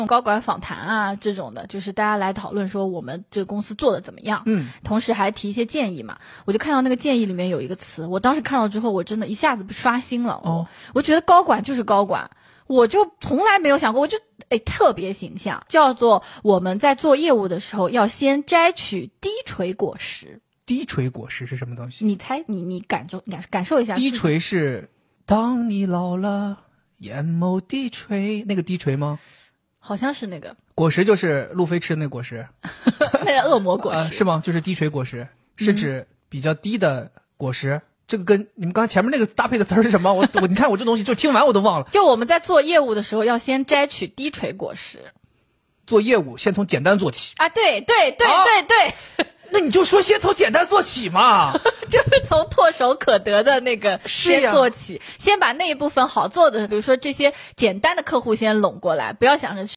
高管访谈啊这种的，就是大家来讨论说我们这个公司做的怎么样，同时还提一些建议嘛。我就看到那个建议里面有一个词，我当时看到之后，我真的一下子刷新了。我觉得高管就是高管，我就从来没有想过，我就特别形象，叫做我们在做业务的时候要先摘取低垂果实。 低垂果实是什么东西？ 你猜，你感受一下。 低垂是当你老了眼眸低垂，那个低垂吗？ 好像是那个。 果实就是路飞吃的那个果实。 那是恶魔果实。 是吗？就是低垂果实，是指比较低的果实。这个跟你们刚才前面那个搭配的词儿是什么？你看我这东西就听完我都忘了。 就我们在做业务的时候要先摘取低垂果实。 做业务先从简单做起啊，对， 那你就说先从简单做起嘛， 就是从唾手可得的那个先做起，先把那一部分好做的，比如说这些简单的客户先拢过来，不要想着